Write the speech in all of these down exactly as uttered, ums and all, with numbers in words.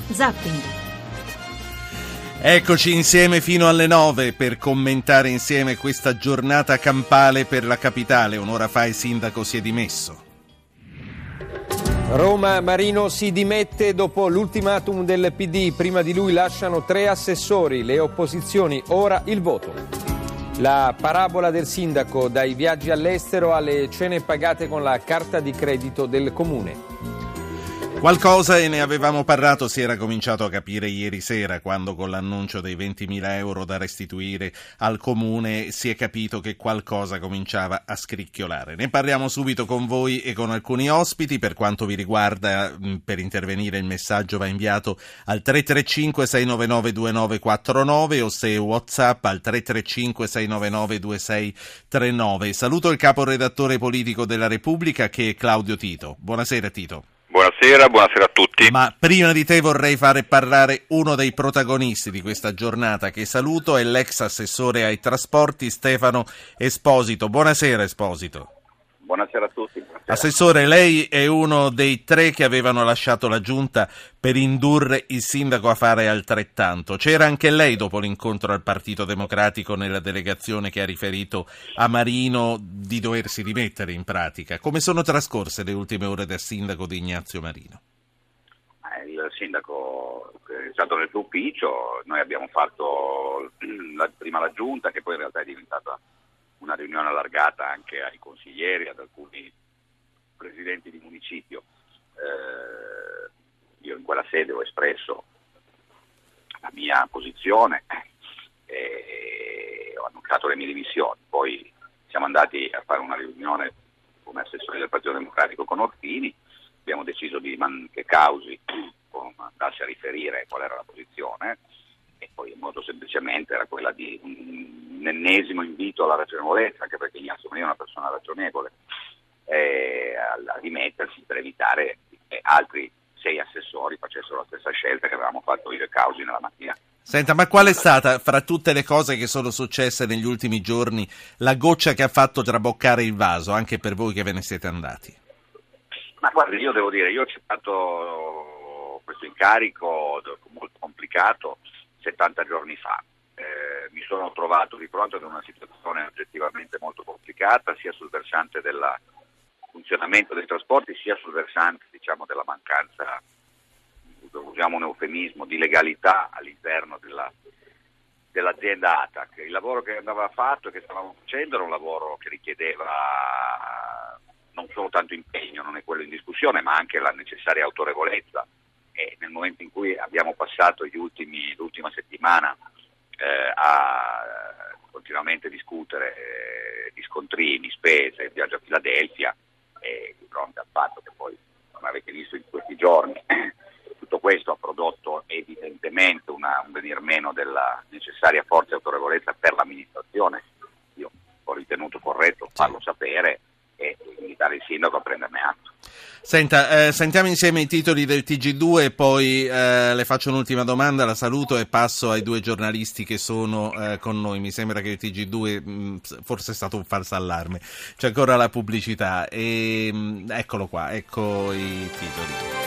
Zapping. Eccoci insieme fino alle nove per commentare insieme questa giornata campale per la capitale. Un'ora fa il sindaco si è dimesso. Roma, Marino si dimette dopo l'ultimatum del P D. Prima di lui lasciano tre assessori. Le opposizioni, ora il voto. La parabola del sindaco, dai viaggi all'estero alle cene pagate con la carta di credito del comune. Qualcosa, e ne avevamo parlato, si era cominciato a capire ieri sera, quando con l'annuncio dei ventimila euro da restituire al comune si è capito che qualcosa cominciava a scricchiolare. Ne parliamo subito con voi e con alcuni ospiti. Per quanto vi riguarda, per intervenire il messaggio va inviato al tre tre cinque sei nove nove due nove quattro nove o se WhatsApp al tre tre cinque sei nove nove due sei tre nove. Saluto il caporedattore politico della Repubblica, che è Claudio Tito. Buonasera Tito. Buonasera, buonasera a tutti. Ma prima di te vorrei fare parlare uno dei protagonisti di questa giornata, che saluto, è l'ex assessore ai trasporti Stefano Esposito. Buonasera Esposito. Buonasera a tutti. Buonasera. Assessore, lei è uno dei tre che avevano lasciato la giunta per indurre il sindaco a fare altrettanto. C'era anche lei dopo l'incontro al Partito Democratico nella delegazione che ha riferito a Marino di doversi dimettere in pratica. Come sono trascorse le ultime ore del sindaco di Ignazio Marino? Il sindaco è stato nel suo ufficio, noi abbiamo fatto la, prima la giunta, che poi in realtà è diventata una riunione allargata anche ai consiglieri, ad alcuni presidenti di municipio. Eh, io in quella sede ho espresso la mia posizione e ho annunciato le mie dimissioni. Poi siamo andati a fare una riunione come assessori del Partito Democratico con Orfini, abbiamo deciso di man- che Causi andasse a riferire qual era la posizione, e poi molto semplicemente era quella di un ennesimo invito alla ragionevolezza, anche perché Ignazio Marino è una persona ragionevole, eh, a, a dimettersi per evitare che altri sei assessori facessero la stessa scelta che avevamo fatto io e Causi nella mattina. Senta, ma qual è stata, fra tutte le cose che sono successe negli ultimi giorni, la goccia che ha fatto traboccare il vaso, anche per voi che ve ne siete andati? Ma guardi, io devo dire, io ho accettato questo incarico molto complicato settanta giorni fa. Eh, mi sono trovato di fronte ad una situazione oggettivamente molto complicata, sia sul versante del funzionamento dei trasporti, sia sul versante, diciamo, della mancanza, usiamo un eufemismo, di legalità all'interno della, dell'azienda A T A C. Il lavoro che andava fatto e che stavamo facendo era un lavoro che richiedeva non solo tanto impegno, non è quello in discussione, ma anche la necessaria autorevolezza. E nel momento in cui abbiamo passato gli ultimi, l'ultima settimana eh, a continuamente discutere eh, di scontrini, spese, il viaggio a Filadelfia, e di fronte al fatto che poi, come avete visto in questi giorni, tutto questo ha prodotto evidentemente una, un venir meno della necessaria forza e autorevolezza per l'amministrazione, io ho ritenuto corretto farlo sapere e invitare il sindaco a prenderne atto. Senta, eh, sentiamo insieme i titoli del T G due e poi eh, le faccio un'ultima domanda, la saluto e passo ai due giornalisti che sono eh, con noi. Mi sembra che il T G due mh, forse è stato un falso allarme, c'è ancora la pubblicità e mh, eccolo qua, ecco i titoli.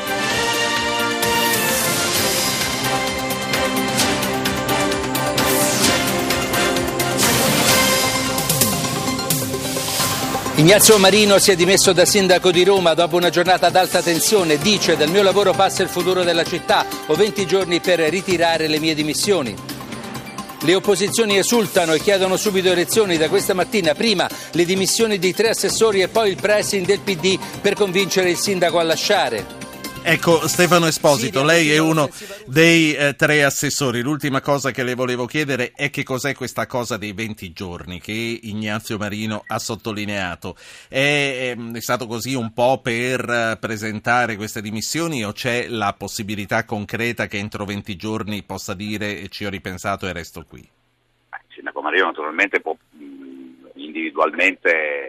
Ignazio Marino si è dimesso da sindaco di Roma dopo una giornata ad alta tensione. Dice: dal mio lavoro passa il futuro della città, ho venti giorni per ritirare le mie dimissioni. Le opposizioni esultano e chiedono subito elezioni. Da questa mattina prima le dimissioni di tre assessori e poi il pressing del P D per convincere il sindaco a lasciare. Ecco, Stefano Esposito, lei è uno dei eh, tre assessori. L'ultima cosa che le volevo chiedere è che cos'è questa cosa dei venti giorni che Ignazio Marino ha sottolineato. È, è stato così un po' per presentare queste dimissioni o c'è la possibilità concreta che entro venti giorni possa dire ci ho ripensato e resto qui? Il sindaco Marino naturalmente può mh, individualmente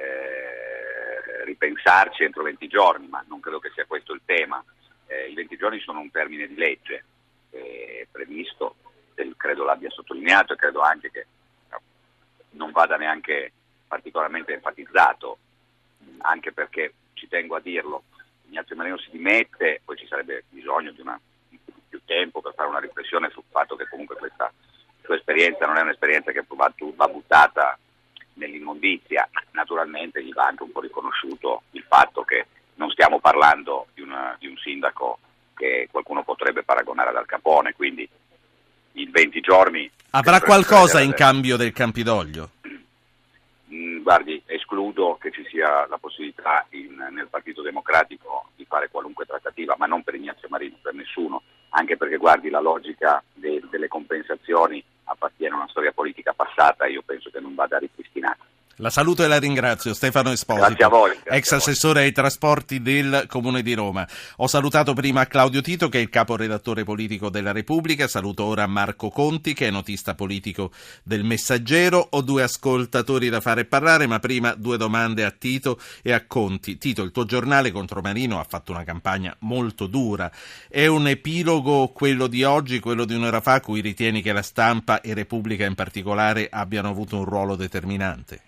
ripensarci entro venti giorni, ma non credo che sia questo il tema. Eh, I venti giorni sono un termine di legge eh, previsto, credo l'abbia sottolineato e credo anche che non vada neanche particolarmente enfatizzato, anche perché, ci tengo a dirlo, Ignazio Marino si dimette, poi ci sarebbe bisogno di una tempo per fare una riflessione sul fatto che comunque questa sua esperienza non è un'esperienza che va, va buttata nell'immondizia. Naturalmente gli va anche un po' riconosciuto il fatto che non stiamo parlando di, una, di un sindaco che qualcuno potrebbe paragonare ad Al Capone, quindi in venti giorni... Avrà qualcosa in cambio del Campidoglio? Mm, guardi, escludo che ci sia la possibilità in, nel Partito Democratico di fare qualunque trattativa, ma non per Ignazio Marino, per nessuno, anche perché guardi la logica de, delle compensazioni appartiene a una storia politica passata e io penso che non vada ripristinata. La saluto e la ringrazio, Stefano Esposito, grazie a voi, grazie ex assessore ai trasporti del Comune di Roma. Ho salutato prima Claudio Tito, che è il caporedattore politico della Repubblica, saluto ora Marco Conti, che è notista politico del Messaggero. Ho due ascoltatori da fare parlare, ma prima due domande a Tito e a Conti. Tito, il tuo giornale contro Marino ha fatto una campagna molto dura. È un epilogo quello di oggi, quello di un'ora fa, cui ritieni che la stampa e Repubblica in particolare abbiano avuto un ruolo determinante?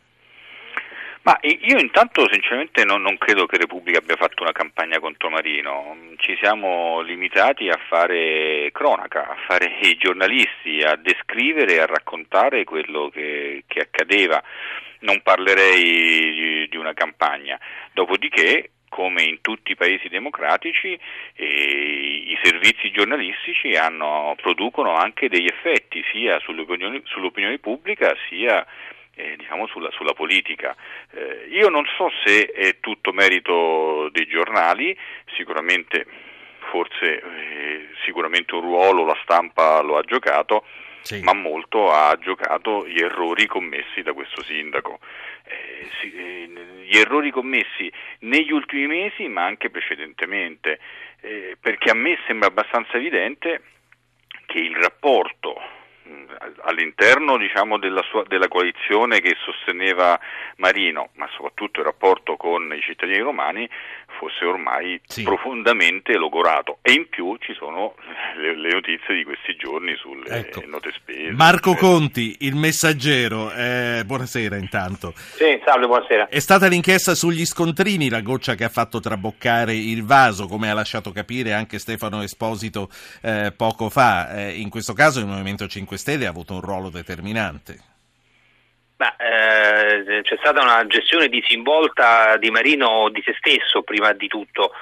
Ma io intanto sinceramente non, non credo che Repubblica abbia fatto una campagna contro Marino, ci siamo limitati a fare cronaca, a fare i giornalisti, a descrivere e a raccontare quello che, che accadeva, non parlerei di, di una campagna, dopodiché come in tutti i paesi democratici eh, i servizi giornalistici hanno, producono anche degli effetti sia sull'opinione, sull'opinione pubblica sia Eh, diciamo sulla, sulla politica. Eh, io non so se è tutto merito dei giornali, sicuramente forse eh, sicuramente un ruolo la stampa lo ha giocato, sì. Ma molto ha giocato gli errori commessi da questo sindaco. Eh, sì, eh, gli errori commessi negli ultimi mesi ma anche precedentemente, eh, perché a me sembra abbastanza evidente che il rapporto all'interno diciamo della sua della coalizione che sosteneva Marino, ma soprattutto il rapporto con i cittadini romani fosse ormai sì. profondamente logorato, e in più ci sono le, le notizie di questi giorni sulle ecco. note spese. Marco Conti, il Messaggero, eh, buonasera intanto. Sì, salve, buonasera. È stata l'inchiesta sugli scontrini la goccia che ha fatto traboccare il vaso, come ha lasciato capire anche Stefano Esposito eh, poco fa. Eh, in questo caso il Movimento cinque Stelle ha avuto un ruolo determinante. Ma, eh, c'è stata una gestione disinvolta di Marino di se stesso prima di tutto.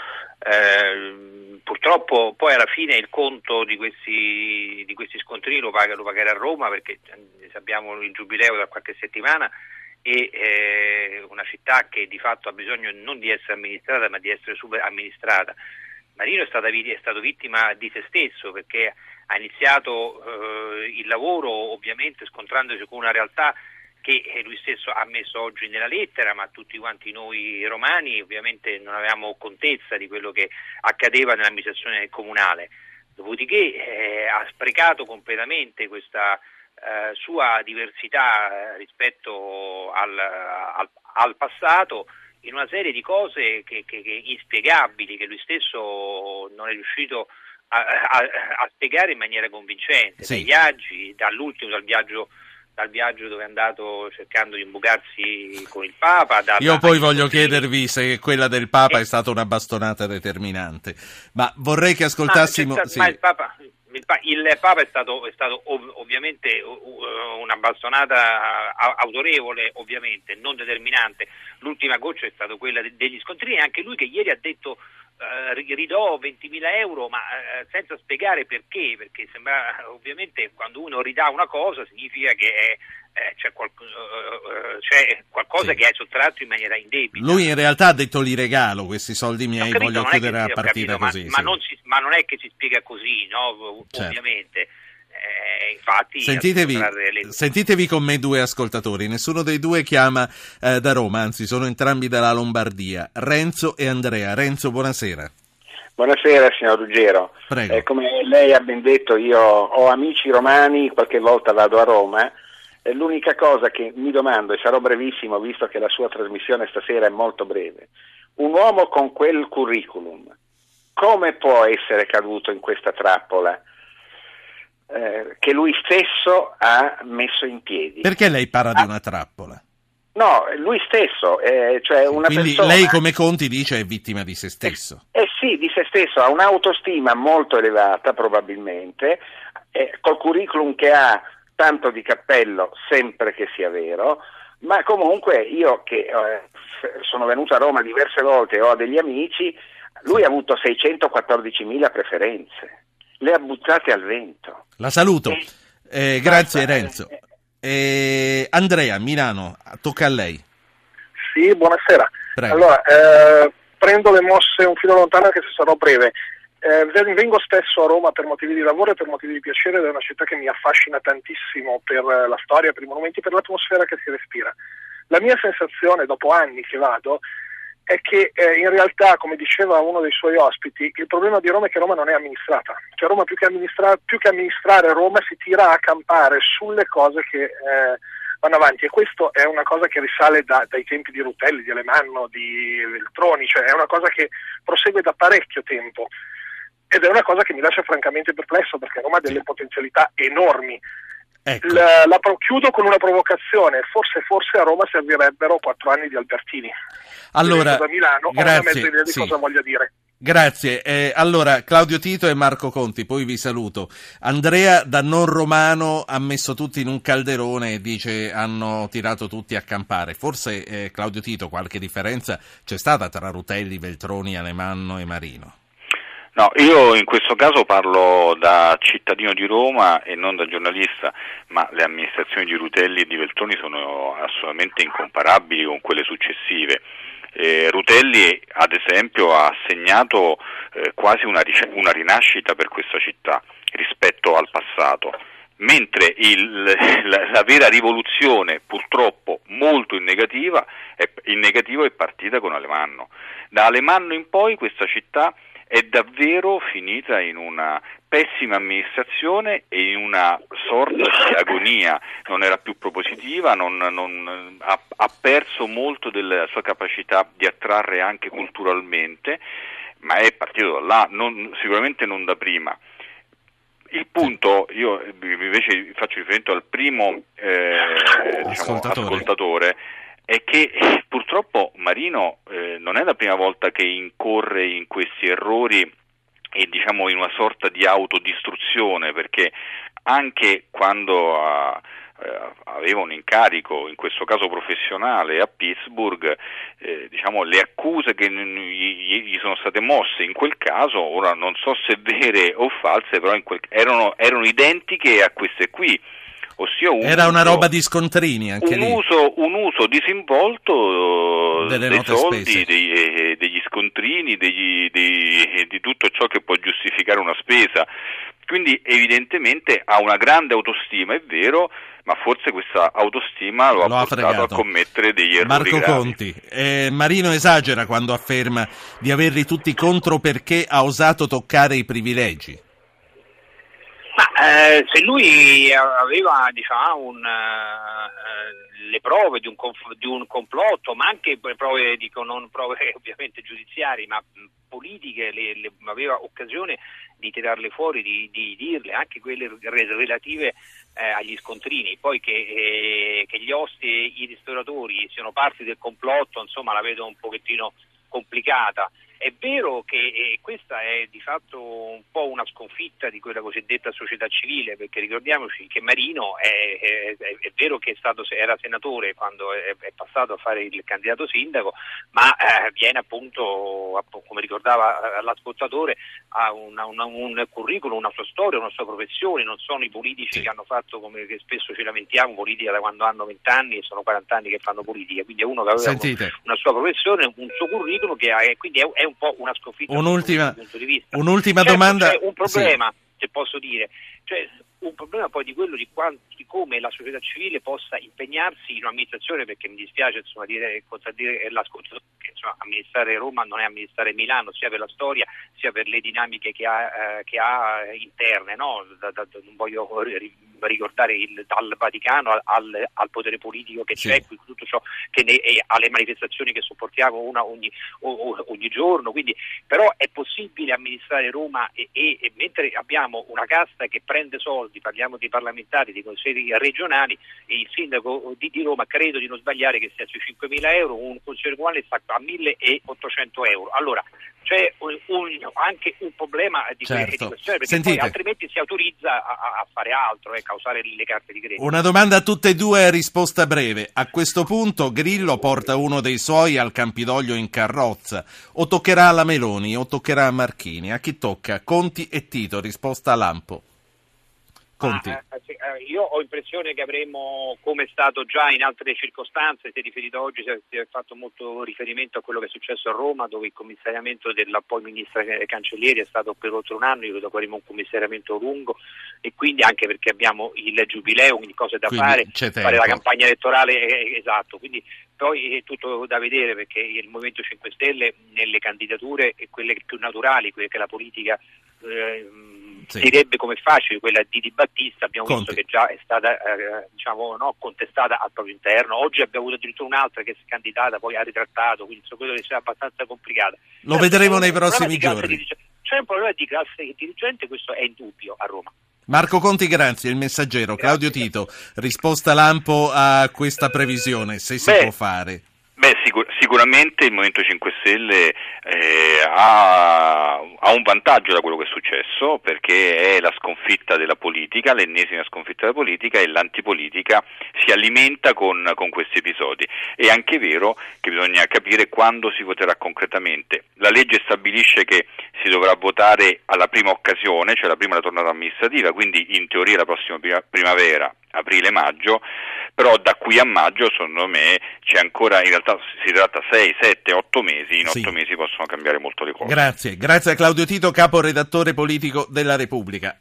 Eh, purtroppo poi alla fine il conto di questi, di questi scontrini lo, paga, lo pagherà Roma, perché abbiamo il giubileo da qualche settimana e eh, una città che di fatto ha bisogno non di essere amministrata ma di essere super amministrata. Marino è, stata, è stato vittima di se stesso, perché ha iniziato eh, il lavoro ovviamente scontrandosi con una realtà che lui stesso ha messo oggi nella lettera, ma tutti quanti noi romani ovviamente non avevamo contezza di quello che accadeva nell'amministrazione comunale. Dopodiché eh, ha sprecato completamente questa eh, sua diversità rispetto al, al, al passato in una serie di cose che, che, che inspiegabili, che lui stesso non è riuscito a, a, a spiegare in maniera convincente, sì. Dai viaggi, dall'ultimo, dal viaggio dal viaggio dove è andato cercando di imbucarsi con il Papa. Da, Io da, poi da voglio chiedervi se quella del Papa eh. è stata una bastonata determinante, ma vorrei che ascoltassimo... Ma, sì. ma il, Papa, il, il Papa è stato, è stato ov- ovviamente una bastonata autorevole, ovviamente, non determinante. L'ultima goccia è stata quella de- degli scontrini, e anche lui che ieri ha detto Uh, ridò ventimila euro, ma uh, senza spiegare perché, perché sembra ovviamente quando uno ridà una cosa significa che è, eh, c'è, qual- uh, c'è qualcosa sì. che hai sottratto in maniera indebita. Lui in realtà ha detto li regalo questi soldi miei, capito, voglio chiudere la partita capito, così. Ma, sì. ma, non si, ma non è che si spiega così, no? Certo. Ovviamente. Eh, infatti sentitevi, le... sentitevi con me due ascoltatori, nessuno dei due chiama eh, da Roma, anzi sono entrambi dalla Lombardia, Renzo e Andrea. Renzo, buonasera. Buonasera signor Ruggero. Prego. Eh, come lei ha ben detto, io ho amici romani, qualche volta vado a Roma, e l'unica cosa che mi domando, e sarò brevissimo visto che la sua trasmissione stasera è molto breve, un uomo con quel curriculum come può essere caduto in questa trappola Eh, che lui stesso ha messo in piedi? Perché lei parla ah. di una trappola? No, lui stesso, eh, cioè una Quindi persona... lei, come Conti dice, è vittima di se stesso. Eh, eh sì, di se stesso, ha un'autostima molto elevata probabilmente, eh, col curriculum che ha, tanto di cappello, sempre che sia vero, ma comunque io che eh, sono venuto a Roma diverse volte e ho degli amici, lui ha avuto seicentoquattordicimila preferenze, le ha buttate al vento. La saluto, E... eh, grazie Renzo. Eh, Andrea, Milano, tocca a lei. Sì, buonasera. Prego. Allora, eh, prendo le mosse un filo lontano anche se sarò breve. Eh, vengo spesso a Roma per motivi di lavoro e per motivi di piacere ed è una città che mi affascina tantissimo per la storia, per i monumenti, per l'atmosfera che si respira. La mia sensazione, dopo anni che vado, è che eh, in realtà, come diceva uno dei suoi ospiti, il problema di Roma è che Roma non è amministrata. Cioè Roma più che, amministra- più che amministrare Roma si tira a campare sulle cose che eh, vanno avanti, e questo è una cosa che risale da, dai tempi di Rutelli, di Alemanno, di Veltroni, cioè è una cosa che prosegue da parecchio tempo ed è una cosa che mi lascia francamente perplesso, perché Roma ha delle potenzialità enormi. Ecco. La, la, chiudo con una provocazione, forse forse a Roma servirebbero quattro anni di Albertini. Allora, da Milano, grazie, ho una mezza idea di sì. cosa voglia dire. Grazie. Eh, allora, Claudio Tito e Marco Conti, poi vi saluto. Andrea, da non romano, ha messo tutti in un calderone e dice hanno tirato tutti a campare. Forse, eh, Claudio Tito, qualche differenza c'è stata tra Rutelli, Veltroni, Alemanno e Marino? No, io in questo caso parlo da cittadino di Roma e non da giornalista, ma le amministrazioni di Rutelli e di Veltroni sono assolutamente incomparabili con quelle successive. Eh, Rutelli, ad esempio, ha segnato eh, quasi una, una rinascita per questa città rispetto al passato, mentre il, la, la vera rivoluzione, purtroppo molto in negativa, è, in negativo è partita con Alemanno. Da Alemanno in poi questa città è davvero finita in una pessima amministrazione e in una sorta di agonia, non era più propositiva, non, non, ha, ha perso molto della sua capacità di attrarre anche culturalmente, ma è partito da là, non, sicuramente non da prima. Il punto, io invece faccio riferimento al primo eh, diciamo, ascoltatore. ascoltatore, è che purtroppo Marino eh, non è la prima volta che incorre in questi errori e diciamo in una sorta di autodistruzione, perché anche quando ha, eh, aveva un incarico, in questo caso professionale, a Pittsburgh, eh, diciamo le accuse che gli, gli sono state mosse in quel caso, ora non so se vere o false, però in quel, erano, erano identiche a queste qui. Ossia un Era una uso, roba di scontrini anche un lì. Uso, un uso disinvolto delle dei note soldi, dei, degli scontrini, degli, dei, di tutto ciò che può giustificare una spesa. Quindi evidentemente ha una grande autostima, è vero, ma forse questa autostima lo, lo ha portato fregato. a commettere degli errori Marco gravi. Conti, eh, Marino esagera quando afferma di averli tutti contro perché ha osato toccare i privilegi. Ma eh, se lui aveva diciamo, un, uh, le prove di un, conf- di un complotto, ma anche prove, dico, non prove ovviamente giudiziarie, ma politiche, le, le, aveva occasione di tirarle fuori, di, di dirle, anche quelle relative eh, agli scontrini, poi che, eh, che gli osti e i ristoratori siano parte del complotto, insomma la vedo un pochettino complicata. È vero che eh, questa è di fatto un po' una sconfitta di quella cosiddetta società civile, perché ricordiamoci che Marino è, è, è vero che è stato, era senatore quando è, è passato a fare il candidato sindaco, ma eh, viene appunto, come ricordava l'ascoltatore, ha una, una, un curriculum, una sua storia, una sua professione, non sono i politici sì. che hanno fatto, come che spesso ci lamentiamo, politica da quando hanno venti anni e sono quaranta anni che fanno politica, quindi è uno che aveva una, una sua professione, un suo curriculum che ha, quindi è, è un po' una sconfitta un'ultima, dal punto di vista. Un'ultima certo, domanda. C'è un problema, sì. se posso dire, cioè un problema poi di quello di, quanto, di come la società civile possa impegnarsi in un'amministrazione, perché mi dispiace insomma dire contraddire l'ascoltatore che insomma, amministrare Roma non è amministrare Milano, sia per la storia sia per le dinamiche che ha, eh, che ha interne, no? Da, da, non voglio ricordare il, dal Vaticano al, al, al potere politico che sì. c'è, tutto ciò che ne, e alle manifestazioni che sopportiamo una ogni, o, ogni giorno, quindi però è possibile amministrare Roma e, e, e mentre abbiamo una casta che prende soldi, parliamo dei parlamentari, dei consiglieri regionali, e il sindaco di, di Roma, credo di non sbagliare che sia sui cinquemila euro, un consigliere comunale sta a milleottocento euro. Allora c'è un, un, anche un problema di, certo. di questione, perché Sentite, poi altrimenti si autorizza a, a fare altro, eh, a usare le carte di credito. Una domanda a tutte e due a risposta breve. A questo punto Grillo porta uno dei suoi al Campidoglio in carrozza. O toccherà alla Meloni o toccherà a Marchini? A chi tocca? Conti e Tito. Risposta a lampo. Conti. Ah, eh, io ho l'impressione che avremo, come è stato già in altre circostanze, si è riferito oggi, si è, si è fatto molto riferimento a quello che è successo a Roma, dove il commissariamento della poi ministra Cancellieri è stato per oltre un anno. Io credo che avremo un commissariamento lungo, e quindi anche perché abbiamo il giubileo, quindi cose da quindi fare, c'è fare tempo. la campagna elettorale, eh, esatto, quindi poi è tutto da vedere, perché il Movimento cinque Stelle nelle candidature, e quelle più naturali, quelle che la politica eh, sì. direbbe come facile, quella di Di Battista, abbiamo Conti. visto che già è stata eh, diciamo no, contestata al proprio interno. Oggi abbiamo avuto addirittura un'altra che si è candidata, poi ha ritrattato, quindi so, credo che sia abbastanza complicata. Lo Però vedremo c'è nei un prossimi problema di giorni. classe dirige- C'è un problema di classe dirigente, questo è indubbio a Roma. Marco Conti, grazie. Il Messaggero. Grazie. Claudio Tito, risposta lampo a questa previsione, se si Beh, può fare. Beh, sicur- sicuramente il Movimento cinque Stelle eh, ha, ha un vantaggio da quello che è successo, perché è la sconfitta della politica, l'ennesima sconfitta della politica, e l'antipolitica si alimenta con, con questi episodi. È anche vero che bisogna capire quando si voterà concretamente. La legge stabilisce che si dovrà votare alla prima occasione, cioè la prima la tornata amministrativa, quindi in teoria la prossima primavera, aprile-maggio, però da qui a maggio secondo me c'è ancora, in realtà si tratta sei, sette, otto mesi, in otto sì. mesi possono cambiare molto le cose. Grazie, grazie a Claudio Tito, capo redattore politico della Repubblica.